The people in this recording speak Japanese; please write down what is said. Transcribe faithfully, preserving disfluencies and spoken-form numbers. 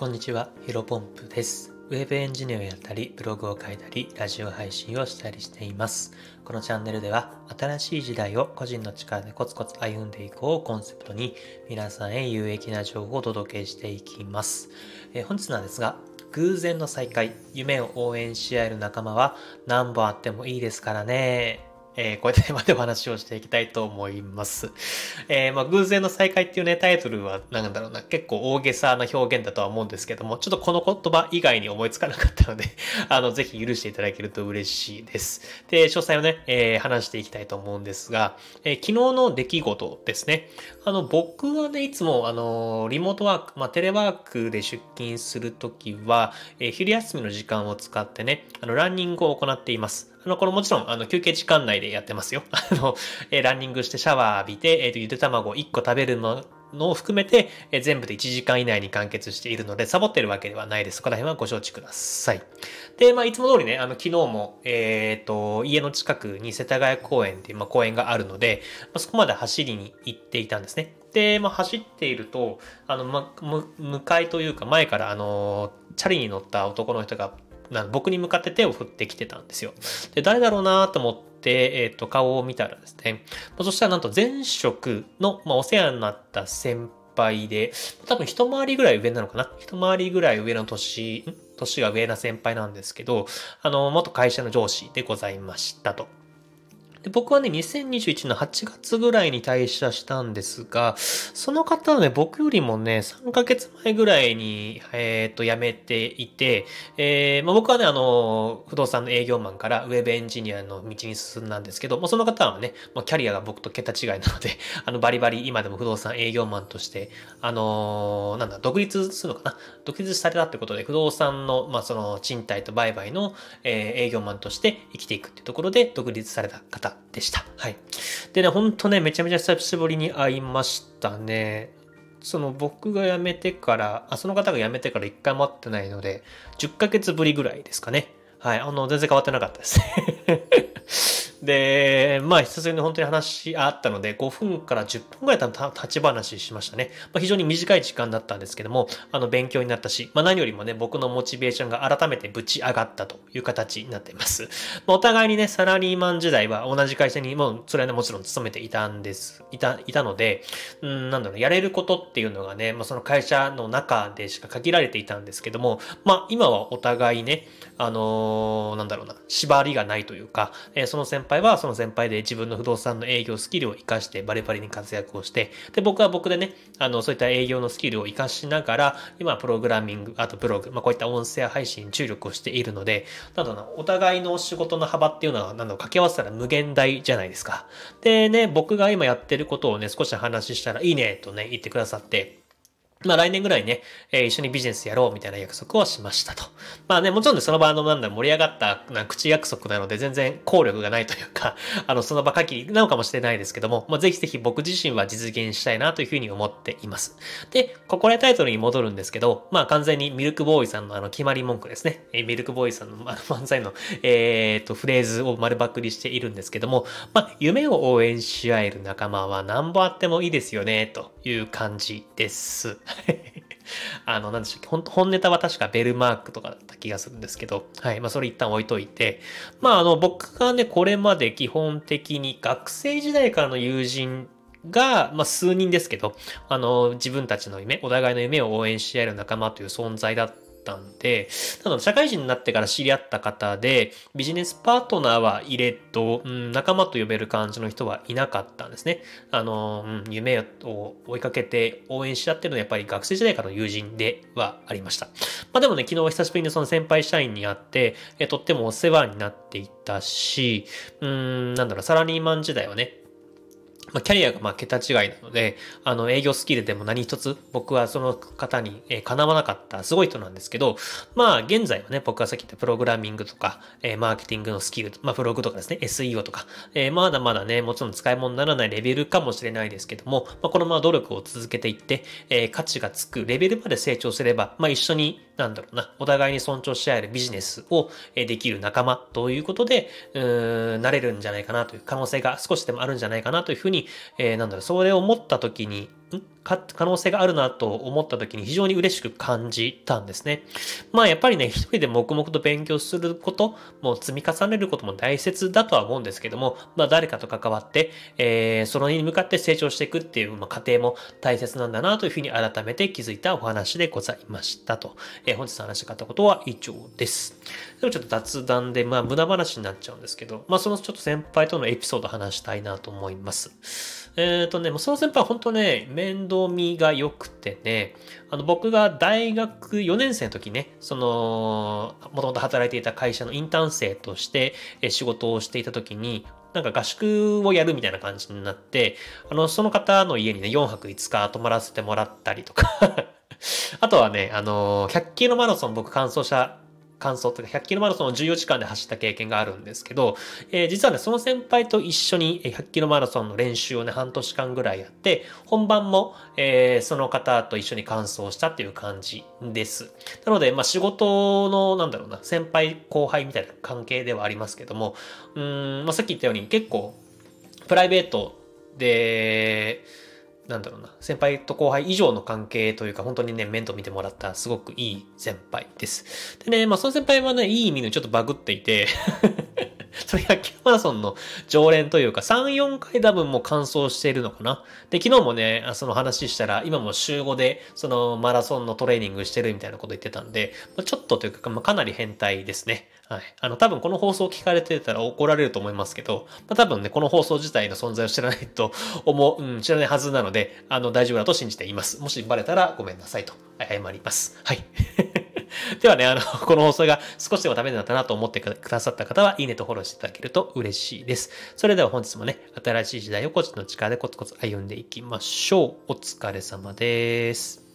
こんにちは、ヒロポンプです。ウェブエンジニアをやったり、ブログを書いたり、ラジオ配信をしたりしています。このチャンネルでは、新しい時代を個人の力でコツコツ歩んでいこうをコンセプトに、皆さんへ有益な情報をお届けしていきます。えー、本日なんですが、偶然の再会、夢を応援し合える仲間は何本あってもいいですからね。えー、こういったテーマでお話をしていきたいと思います。えー、まあ、偶然の再会っていうね、タイトルは、なんだろうな、結構大げさな表現だとは思うんですけども、ちょっとこの言葉以外に思いつかなかったので、あの、ぜひ許していただけると嬉しいです。で、詳細をね、えー、話していきたいと思うんですが、えー、昨日の出来事ですね。あの、僕はね、いつも、あの、リモートワーク、まあ、テレワークで出勤するときは、えー、昼休みの時間を使ってね、あの、ランニングを行っています。あの、これもちろん、あの、休憩時間内でやってますよ。あの、えー、ランニングしてシャワー浴びて、えっと、ゆで卵をいっこ食べるののを含めて、えー、全部でいちじかん以内に完結しているので、サボってるわけではないです。そこら辺はご承知ください。で、まあ、いつも通りね、あの、昨日も、えっと、家の近くに世田谷公園っていう、まあ、公園があるので、まあ、そこまで走りに行っていたんですね。で、まあ、走っていると、あの、ま、む、向かいというか、前から、あの、チャリに乗った男の人が、僕に向かって手を振ってきてたんですよ。で、誰だろうなと思って、えっと、顔を見たらですね、そしたらなんと前職の、まあ、お世話になった先輩で、多分一回りぐらい上なのかな一回りぐらい上の年、ん年が上な先輩なんですけど、あの、元会社の上司でございましたと。で僕はね、にせんにじゅういちねんのはちがつぐらいに退社したんですが、その方はね、僕よりもね、さんかげつまえぐらいに、えっと、辞めていて、えー、まあ、僕はね、あの、不動産の営業マンからウェブエンジニアの道に進んだんですけど、もうその方はね、もうキャリアが僕と桁違いなので、あの、バリバリ今でも不動産営業マンとして、あのーなんだ、独立するのかな独立されたってことで、不動産の、まあ、その、賃貸と売買の、えー営業マンとして生きていくっていうところで独立された方でした。はい。でね、ほんとね、めちゃめちゃ久しぶりに会いましたね。その僕が辞めてから、あ、その方が辞めてから一回も会ってないので、じゅっかげつぶりぐらいですかね。はい。あの、全然変わってなかったですね。で、まあ、久しぶりに本当に話あったので、ごふんからじゅっぷんぐらい立ち話しましたね。まあ、非常に短い時間だったんですけども、あの、勉強になったし、まあ、何よりもね、僕のモチベーションが改めてぶち上がったという形になっています。まあ、お互いにね、サラリーマン時代は同じ会社にもう、それはね、もちろん勤めていたんです、いた、いたので、うん、なんだろう、やれることっていうのがね、まあ、その会社の中でしか限られていたんですけども、まあ、今はお互いね、あのー、なんだろうな、縛りがないというか、えー、その先輩はその先輩で自分の不動産の営業スキルを活かしてバリバリに活躍をして、で、僕は僕でね、あの、そういった営業のスキルを活かしながら、今、プログラミング、あとブログ、まあ、こういった音声配信に注力をしているので、なんだろうな、お互いの仕事の幅っていうのは、なんだろう、掛け合わせたら無限大じゃないですか。でね、僕が今やってることをね、少し話したらいいね、とね、言ってくださって、まあ来年ぐらいね、えー、一緒にビジネスやろうみたいな約束をしましたと。まあね、もちろんね、その場のなんだ盛り上がったな口約束なので全然効力がないというか、あの、その場限りなのかもしれないですけども、まあぜひぜひ僕自身は実現したいなというふうに思っています。で、ここでタイトルに戻るんですけど、まあ完全にミルクボーイさんのあの決まり文句ですね。えー、ミルクボーイさんのあの漫才の、えー、と、フレーズを丸パクリしているんですけども、まあ夢を応援し合える仲間は何本あってもいいですよね、という感じです。あの、なんでしょう本、本ネタは確かベルマークとかだった気がするんですけど、はい。まあ、それ一旦置いといて、まあ、あの、僕がね、これまで基本的に学生時代からの友人が、まあ、数人ですけど、あの、自分たちの夢、お互いの夢を応援し合える仲間という存在だったんで、ただ社会人になってから知り合った方で、ビジネスパートナーはいれど、うん、仲間と呼べる感じの人はいなかったんですね。あの、うん、夢を追いかけて応援し合ってるのはやっぱり学生時代からの友人ではありました。まあでもね、昨日久しぶりにその先輩社員に会って、えとってもお世話になっていたし、うーん、なんだろう、サラリーマン時代はね、まあ、キャリアがまあ桁違いなので、あの営業スキルでも何一つ僕はその方にかなわなかったすごい人なんですけど、まあ現在はね、僕がさっき言ったプログラミングとか、えー、マーケティングのスキル、まあブログとかですね、エスイーオー とか、えー、まだまだね、もちろん使い物にならないレベルかもしれないですけども、まあ、このまま努力を続けていって、えー、価値がつくレベルまで成長すれば、まあ一緒に、なんだろうな、お互いに尊重し合えるビジネスをできる仲間ということで、うーん、なれるんじゃないかなという可能性が少しでもあるんじゃないかなというふうにえー、なんだろう、それを思った時に、 か可能性があるなと思った時に非常に嬉しく感じたんですね。まあやっぱりね、一人で黙々と勉強すること、もう積み重ねることも大切だとは思うんですけども、まあ誰かと関わって、えー、そのに向かって成長していくっていう、まあ、過程も大切なんだなというふうに改めて気づいたお話でございましたと。えー、本日の話し方ことは以上です。でもちょっと雑談で、まあ無駄話になっちゃうんですけど、まあそのちょっと先輩とのエピソード話したいなと思います。えっとね、もうその先輩は本当ね、面倒見が良くてね、あの僕が大学よねん生の時ね、その、もともと働いていた会社のインターン生として仕事をしていた時に、なんか合宿をやるみたいな感じになって、あの、その方の家にね、よんはくいつか泊まらせてもらったりとかあとはね、あの、ひゃっキロマラソン僕完走した完走というかひゃっキロマラソンをじゅうよじかんで走った経験があるんですけど、えー、実はね、その先輩と一緒にひゃっキロマラソンの練習をね、半年間ぐらいやって、本番も、えー、その方と一緒に完走したっていう感じです。なので、まあ仕事の、なんだろうな、先輩後輩みたいな関係ではありますけども、うーん、まあさっき言ったように結構、プライベートで、なんだろうな、先輩と後輩以上の関係というか、本当にね、面倒見てもらったすごくいい先輩です。でね、まあその先輩はね、いい意味でちょっとバグっていてそれひゃっキロマラソンの常連というか、さん、よんかい多分もう完走しているのかな。で、昨日もね、その話したら、今も週ごで、そのマラソンのトレーニングしてるみたいなこと言ってたんで、まあ、ちょっとというか、まあ、かなり変態ですね。はい。あの、多分この放送を聞かれてたら怒られると思いますけど、まあ、多分ね、この放送自体の存在を知らないと思う、うん、知らないはずなので、あの、大丈夫だと信じています。もしバレたらごめんなさいと、謝ります。はい。ではね、あの、この放送が少しでもためになったなと思ってくださった方は、いいねとフォローしていただけると嬉しいです。それでは本日もね、新しい時代を個人の力でコツコツ歩んでいきましょう。お疲れ様です。